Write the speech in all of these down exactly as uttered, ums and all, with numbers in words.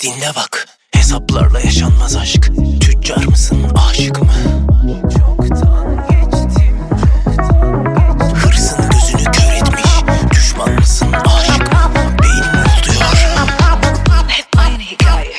Dinle bak, hesaplarla yaşanmaz aşk. Tüccar mısın, aşık mı? Çoktan geçtim, hırsın gözünü kör etmiş. Düşman mısın, aşık mı? Beyin mi oluyor? Hep aynı hikaye.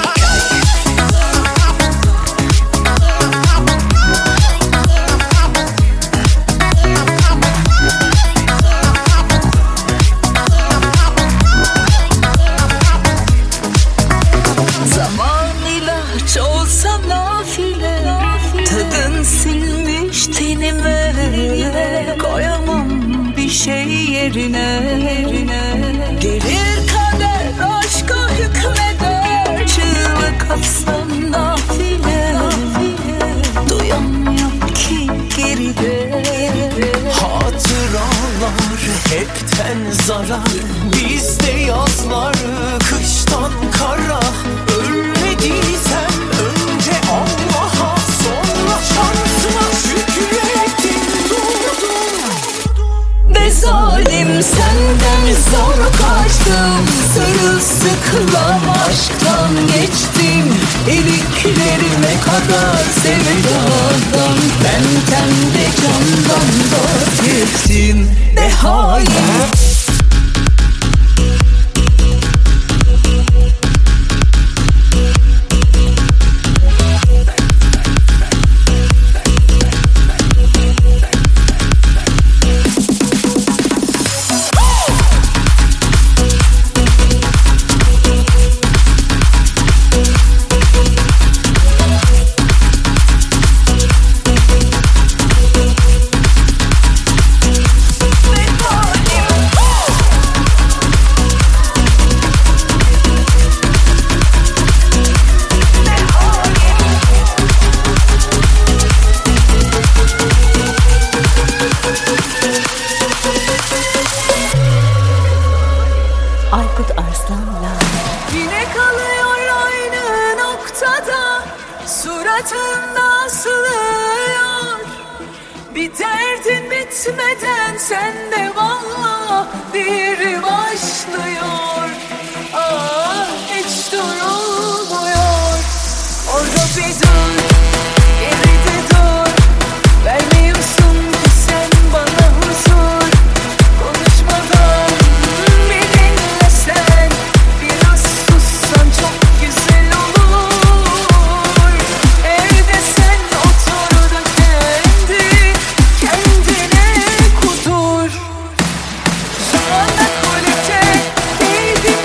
Koyamam bir şey yerine, yerine. Gelir kader aşka hükmeder. Çığlık atsan nafile, duyan yok ki geride. Hatıralar hepten zarar. Bizde yazlar kıştan kara. Ölmediysem önce Allah'a, sonra şansıma şükrettim, durdum. Be zalim, senden zor kaçtım. Sırılsıklam aşktan geçtim. İliklerime kadar sevdadan. Ben kendi candan vazgeçtim. Be hain. Aykut Arslan'la yine kalıyor aynı noktada. Suratında asılıyor. Bir derdin bitmeden sende valla biri başlıyor. Ah, hiç durulmuyor. Orada bir dur, geride dur. Vermiyorsun ki sen bana huzur. Konuşmadan benimle sen biraz sussan çok güzel olur. Evde sen otur da kendi kendine kudur. Şu anda kulüpte değdim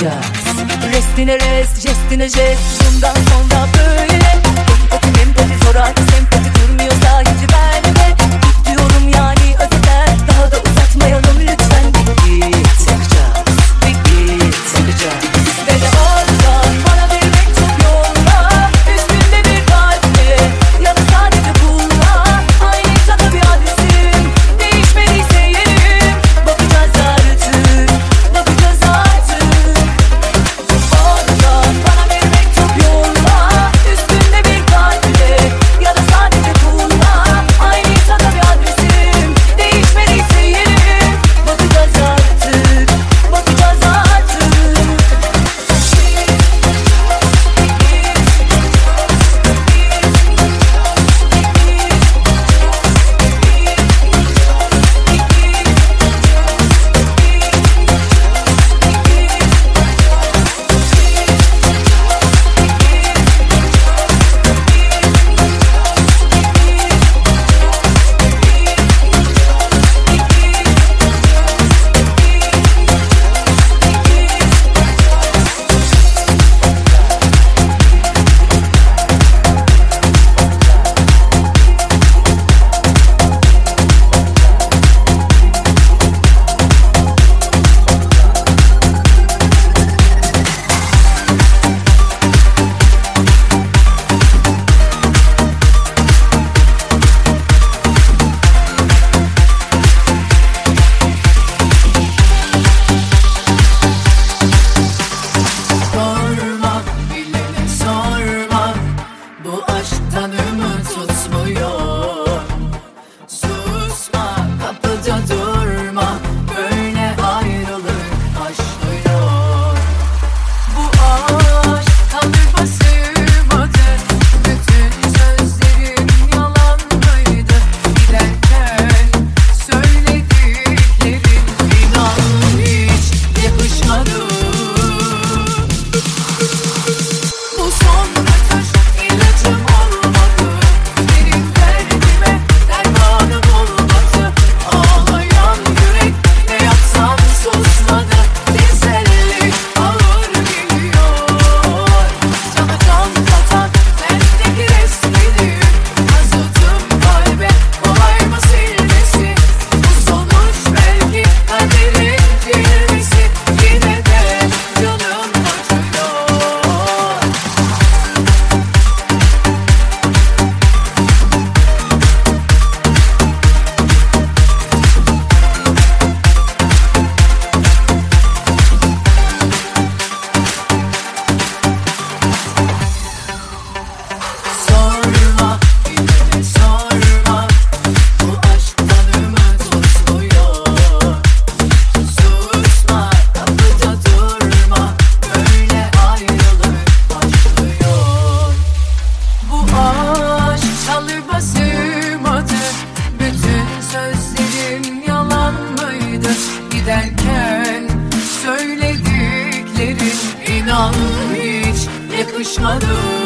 bakacağız. Restine rest, jestine jest, bundan sonra böyle. Empati empati sorar, sempati durmuyorsa hiç verme. Git diyorum yani öteden, daha da uzatmayalım lütfen. Bir git bakacağız, bir git bakacağız. Ve de oradan bana bir mektup yolla, üstünde bir kalple ya da sadece pulla. Aynı tadı bir adresim, değişmediyse yerim. Bakacağız artık, bakacağız artık. Oradan bana bir mektup yolla, üstünde bir kalple ya da sadece pulla. Aynı tadı bir adresim, değişmediyse yerim. Bakacağız artık, bakacağız artık. Sorma, bilene sorma, bu aşktan ümit tutmuyor. Susma, kapıda durma, böyle ayrılık başlıyor. Bu aşk kalbime sığmadı, bütün sözlerim yalan mıydı? Giderken söylediklerin inan hiç yakışmadı. Bu son ötüş ilacım olmadı, benim derdime dermanım olmadı. Ağlayan yürek ne yapsam susmadı, teselli ağır geliyor. Cana can katan bendeki resmini yazdım kalbe, kolay mı silmesi? Bu sonuç belki kaderin cilvesi, yine de canım acıyor. Sorma, bilene sorma, bu aşktan ümit tutmuyor. Susma, kapıda durma, böyle ayrılık başlıyor. Bu aşk kalıba sığmadı, bütün sözlerim yalan mıydı? Giderken söylediklerin inan hiç yakışmadı.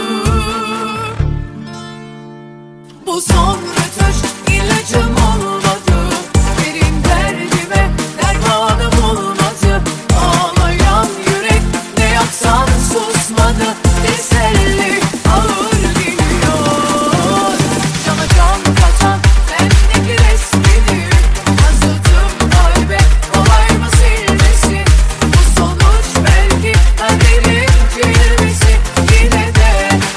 Bu son rötuş ilacım olmadı, benim derdime dermanım olmadı. Ağlayan yürek ne yapsam susmadı, teselli ağır geliyor. Cana can katan bendeki resmini yazdım kalbe, kolay mı silmesi? Bu sonuç belki kaderin cilvesi, yine de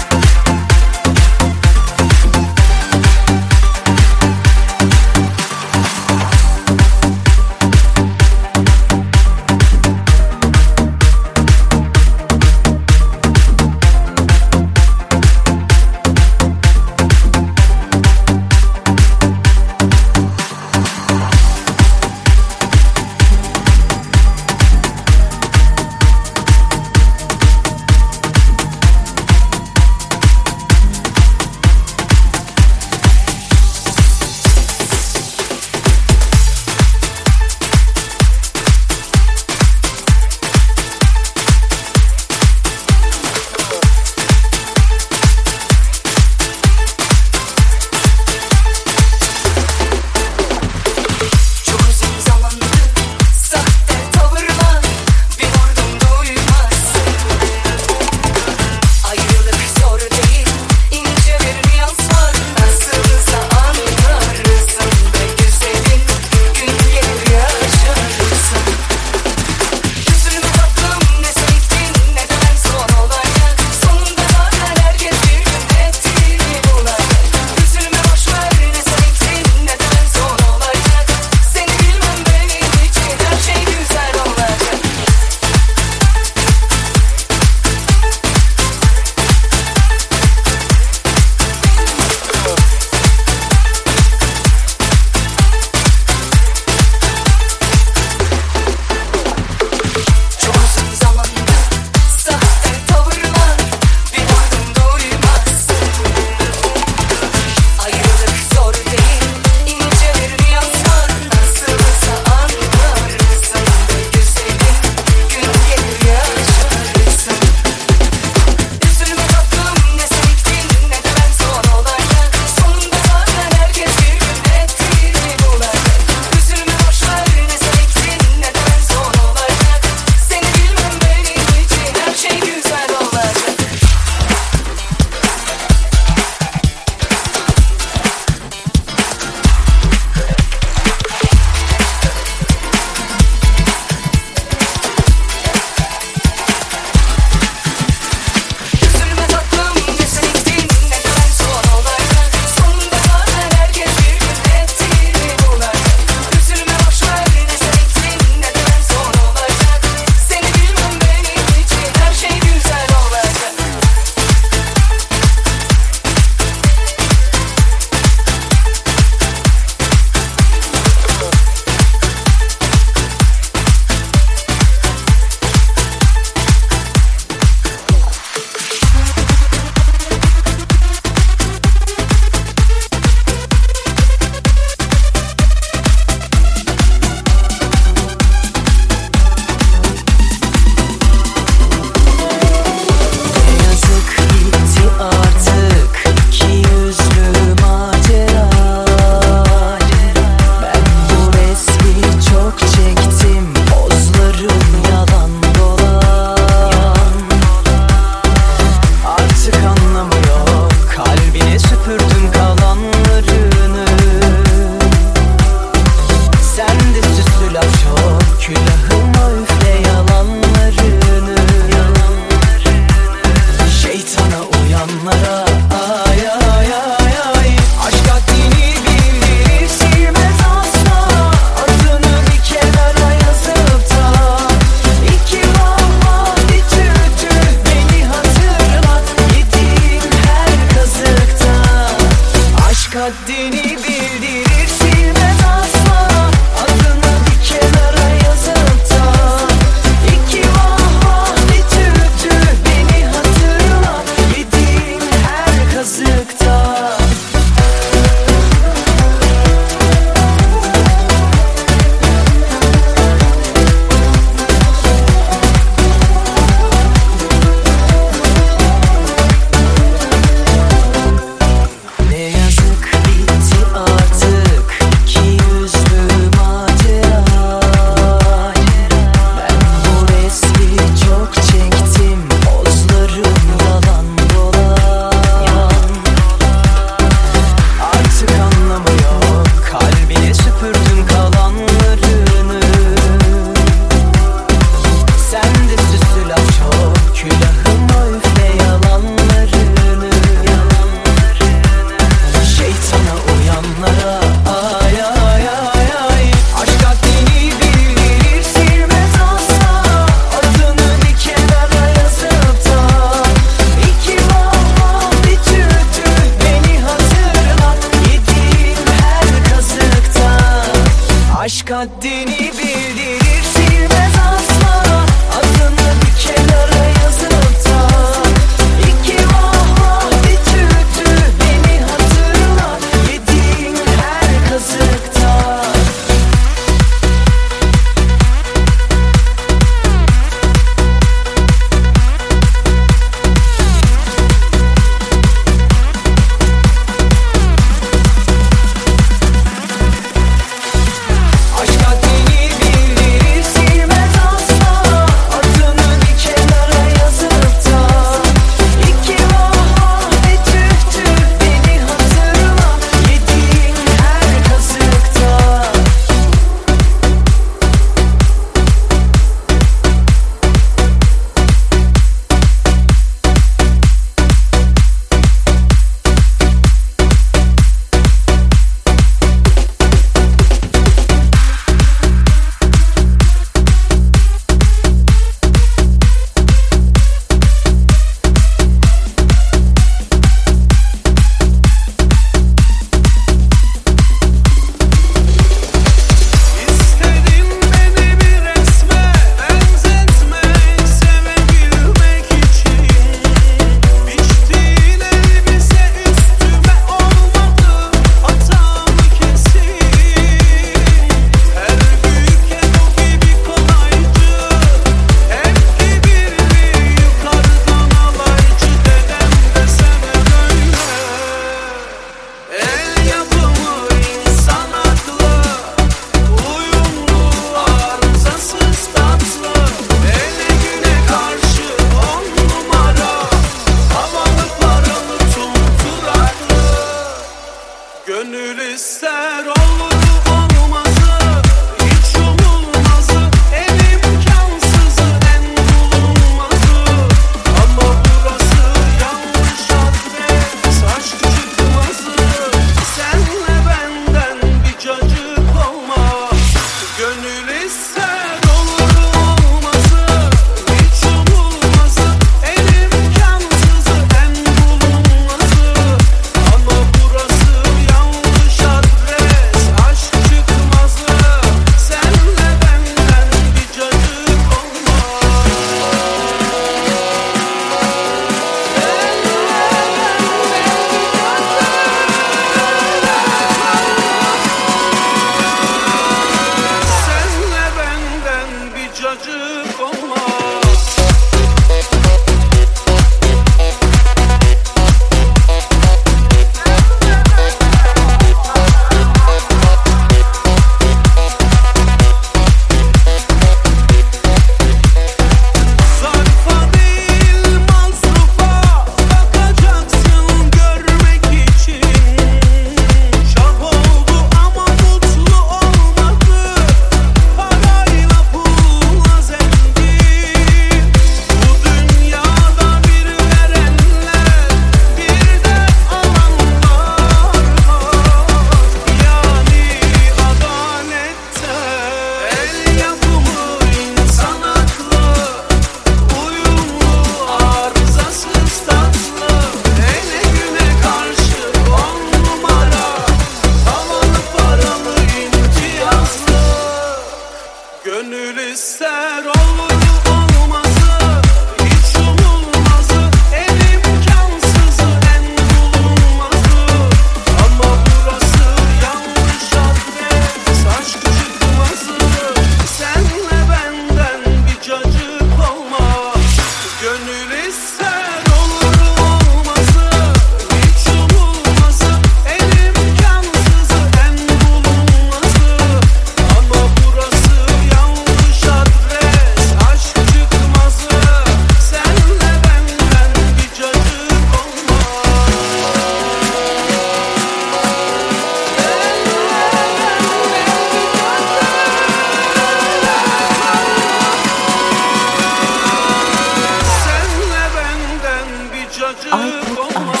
cacık olmaz.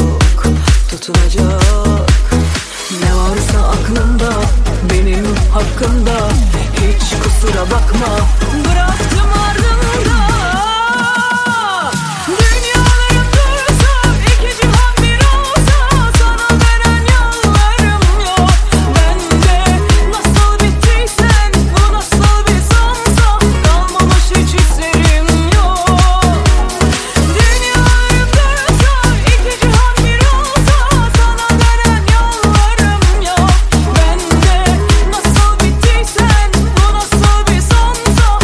tutunacak. Ne varsa aklımda benim hakkım. yakında, hiç kusura bakma, bıraktım ardımda. Dünyalarım dursa, iki cihan bir olsa, sana veren yollarım yok bende. Nasıl bittiysen, bu nasıl bir sonsa, kalmamış hiç hislerim yok. Dünyalarım dursa, iki cihan bir olsa, sana veren yollarım yok bende. Nasıl bittiysen, bu nasıl bir sonsa,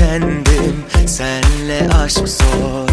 tükendim, senle aşk zor.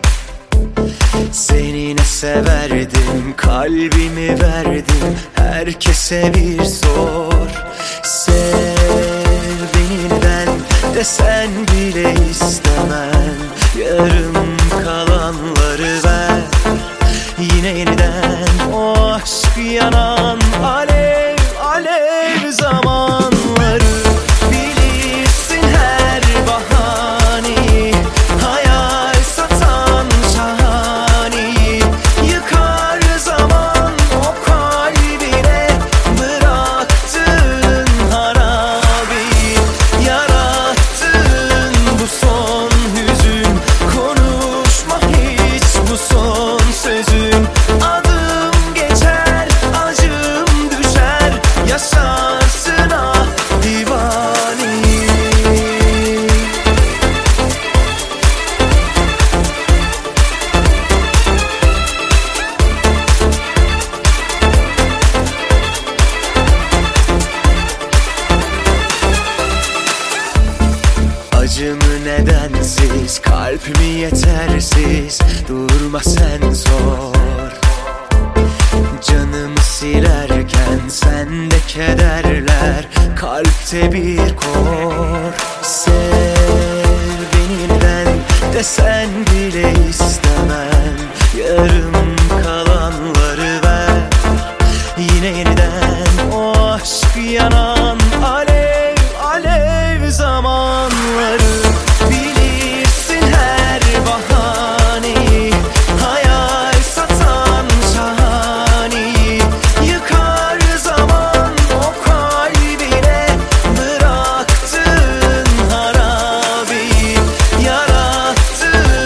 Seni ne severdim, kalbimi verdim, herkese bir sor. Sev beni neden desen bile istemem, yarım kalanları ver. Yine yeniden o aşk yanan alev alev zamanları. Bilirsin her bahaneyi, hayal satan şahaneyi. Yıkar zaman o kalbine bıraktığın harabeyi. Yarattığın bu son hüzün, konuşma hiç bu son sözün. Adım geçer, acım düşer, yaşarsın ah divaneyi. Acımı nedensiz, kalp mi yetersiz, durma sen zor. Canımı silerken sende kederler, kalpte bir kor. Sev beni neden desen bile istemem, yarım kalanları ver. Yine yeniden o aşk yanan alev alev zamanları. Bilirsin her bahaneyi, hayal satan şahaneyi. Yıkar zaman o kalbine bıraktığın harabeyi. Yarattığın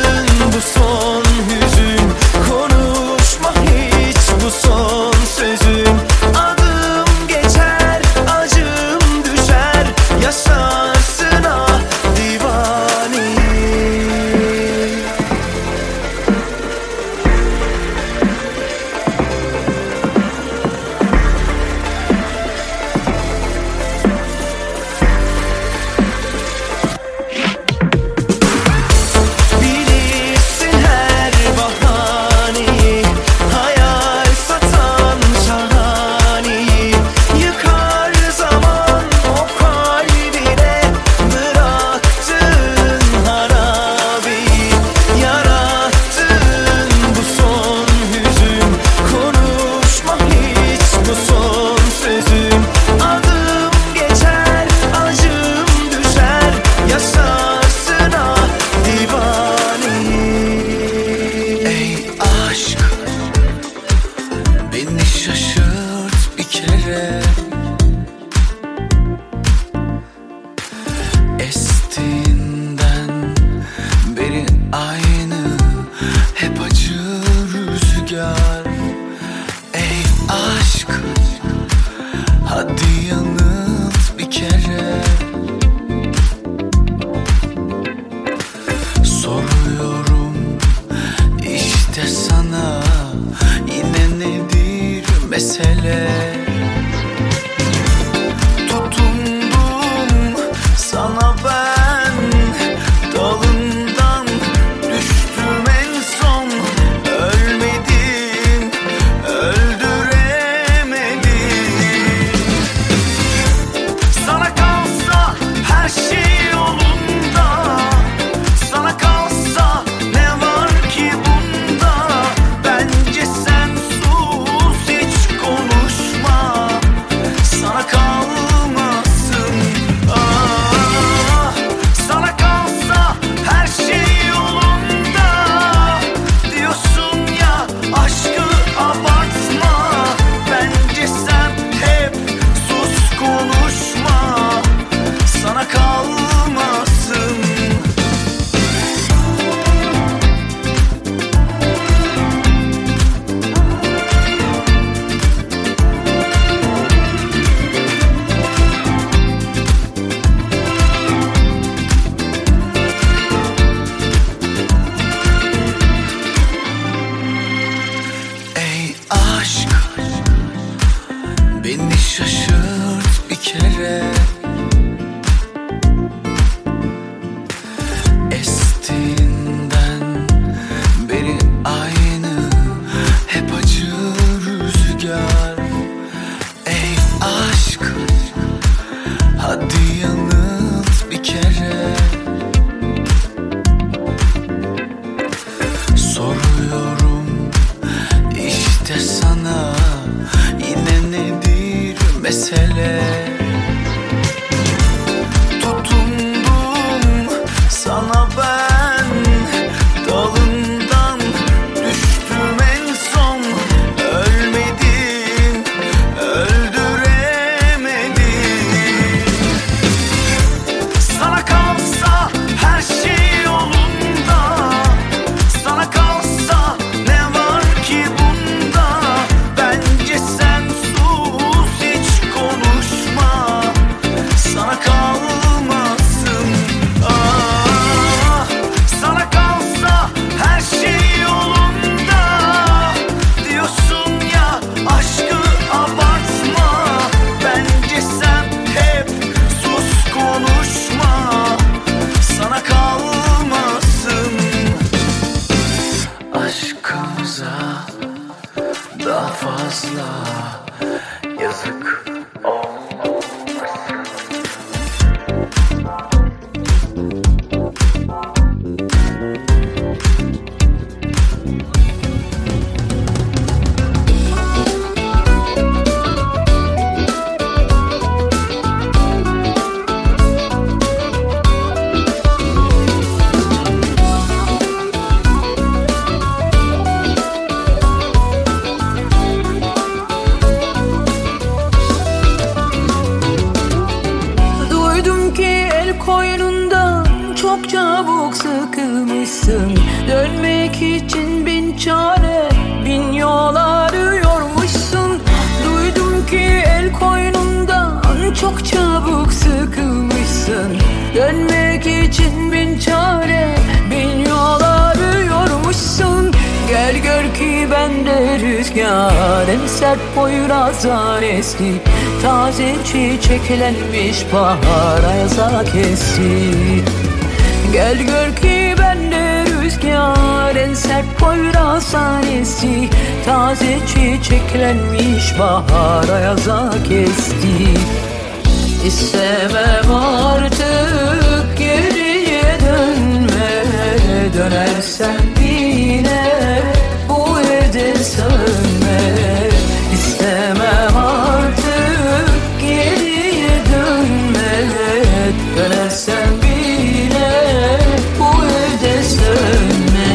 çok çabuk sıkılmışsın. Dönmek için bin çare, bin yol arıyormuşsun. Duydum ki el koynundan çok çabuk sıkılmışsın. Dönmek için bin çare, bin yol arıyormuşsun. Gel gör ki bende rüzgar, en sert Poyraz'dan esti. Taze çiçeklenmiş bahar ayaza kesti. Gel gör ki bende rüzgar, en sert Poyraz'dan esti. Taze çiçeklenmiş bahar ayaza kesti. İstemem artık geriye dönme, dönersen yine bu evde sönme. İstemem artık geriye dönme, dönersen yine bu evde sönme.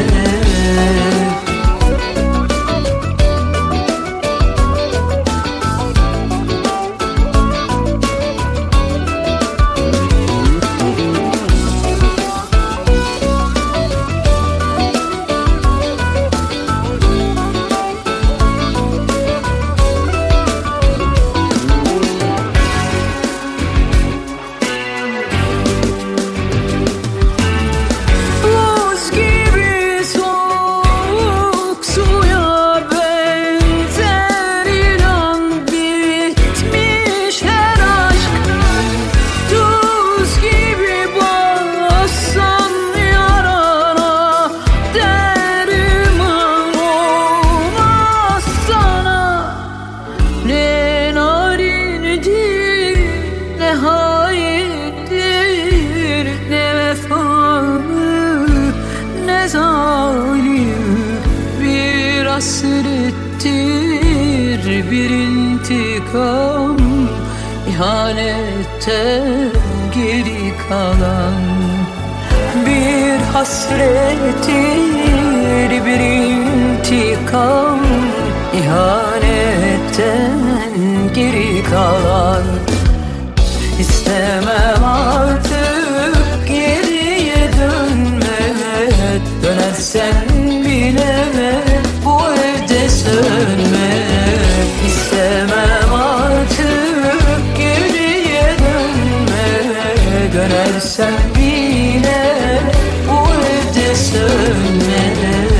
Hasrettir bir intikam, ihanetten geri kalan. Bir hasrettir bir intikam, ihanetten geri kalan. İstemem artık geriye dönme, dönersen bile bu evde sönme. İstemem artık geriye dönme, dönersen bile bu evde sönme.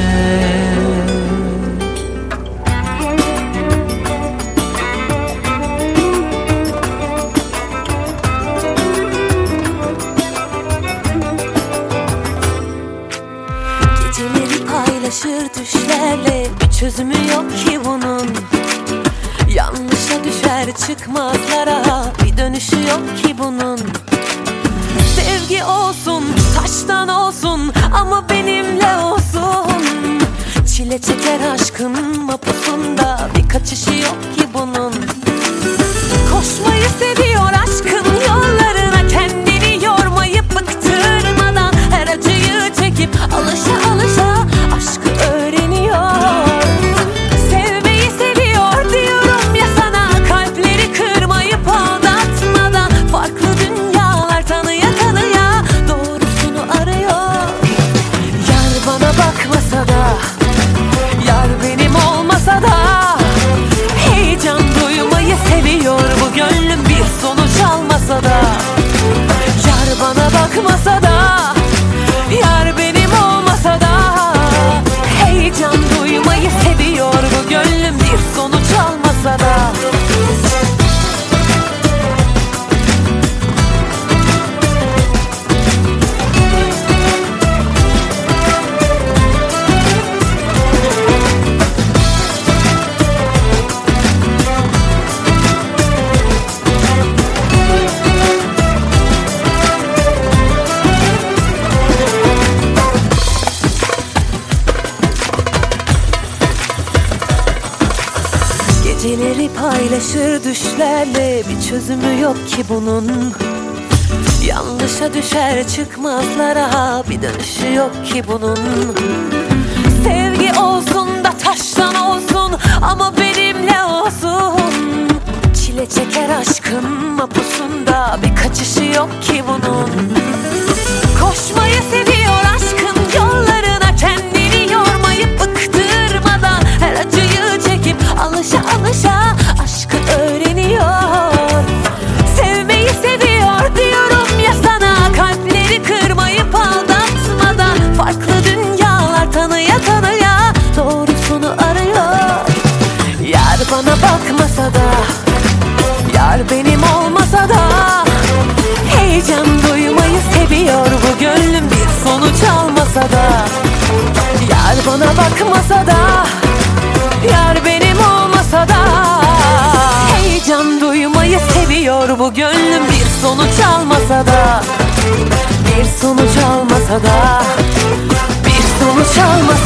Geceleri paylaşır düşlerle, bir çözümü yok ki bunun. Yanlışa düşer çıkmazlara, bir dönüşü yok ki bunun. Sevgi olsun, taştan olsun ama benimle olsun. Çile çeker aşkın mapusunda, bir kaçışı yok ki bunun. Koşmayı seviyor aşkın yollarına, kendini yormayıp bıktırmadan. Her acıyı çekip alışa alışa aşkı öğreniyor. Sevmeyi seviyor diyorum ya sana, kalpleri kırmayıp aldatmadan. Farklı dünyalar tanıya tanıya doğrusunu arıyor. Yar bana bakmasa da, yar benim olmasa da, heyecan duymayı seviyor bu gönlüm, bir sonuç almasa da. Yar bana bakmasa da, yar benim olmasa da, heyecan duymayı seviyor bu gönlüm, bir sonuç almasa da. Geceleri paylaşır düşlerle, bir çözümü yok ki bunun. Yanlışa düşer çıkmazlara, bir dönüşü yok ki bunun. Sevgi olsun da taştan olsun ama benimle olsun. Çile çeker aşkın mapusunda, bir kaçışı yok ki bunun. Koş Koşmayı seviyor aşkın yollarına, kendini yormayıp bıktırmadan her acıyı çekip alışa alışa aşkı öğreniyor. Sevmeyi seviyor diyorum ya sana, kalpleri kırmayıp aldatmadan farklı dünyalar tanıya tanıya doğrusunu arıyor. Yar bana bakmasa da, yar benim olmasa da, heyecan duymayı seviyor bu gönlüm bir sonuç almasa da. Yar bana bakmasa da, yar benim olmasa da, heyecan duymayı seviyor bu gönlüm bir sonuç almasa da. Bir sonuç almasa da, bir sonuç almasa